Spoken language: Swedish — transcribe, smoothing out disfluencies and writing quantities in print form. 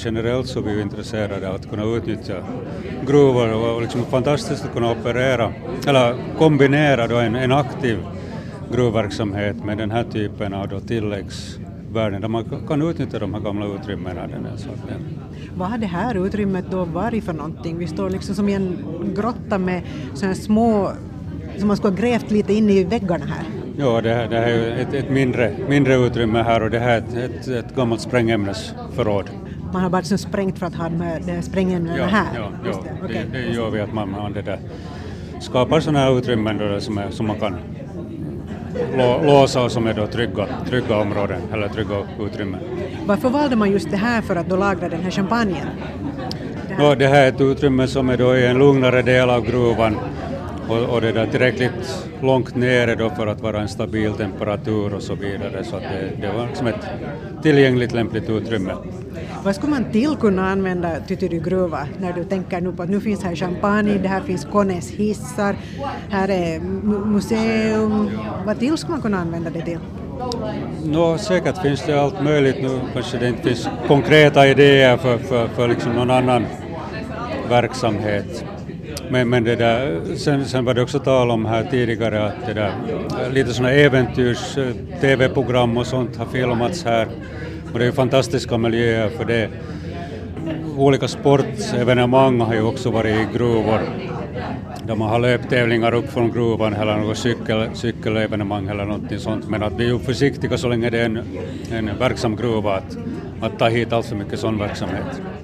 generellt så är vi ju intresserade av att kunna utnyttja gruvor och liksom fantastiskt att kunna operera eller kombinera då en aktiv gruvverksamhet med den här typen av då tilläggsvärden där man kan utnyttja de här gamla utrymmena. Vad har det här utrymmet då varit för någonting? Vi står liksom som i en grotta med sådana små, som man skulle ha grävt lite in i väggarna här. Ja, det här är ju ett mindre utrymme här och det här är ett gammalt sprängämnesförråd. Man har bara liksom sprängt för att ha de här sprängämnena här? Ja, det gör vi att man det där skapar sådana här utrymmen då som man kan låsa och som är då trygga områden eller trygga utrymmen. Varför valde man just det här för att då lagra den här champagnen? Det här är ett utrymme som är då i en lugnare del av gruvan och det är tillräckligt långt nere då för att vara en stabil temperatur och så vidare. Så att det var liksom ett tillgängligt lämpligt utrymme. Vad skulle man till kunna använda Tytary gruva när du tänker nu på att nu finns här champagne, det här finns Kones hissar, här är museum. Vad till skulle man kunna använda det till? Säkert finns det allt möjligt nu. Kanske det inte finns konkreta idéer för liksom någon annan verksamhet. Men det där, sen var det också tal om här tidigare att det där, lite sådana äventyrs tv-program och sånt har filmats här. Och det är fantastiska miljöer för det. Olika sportevenemang har ju också varit i gruvor. Där man har löptävlingar upp från gruvan eller något cykelevenemang eller något sånt. Men att vi är ju försiktiga så länge det är en verksam gruva att ta hit allt för mycket sån verksamhet.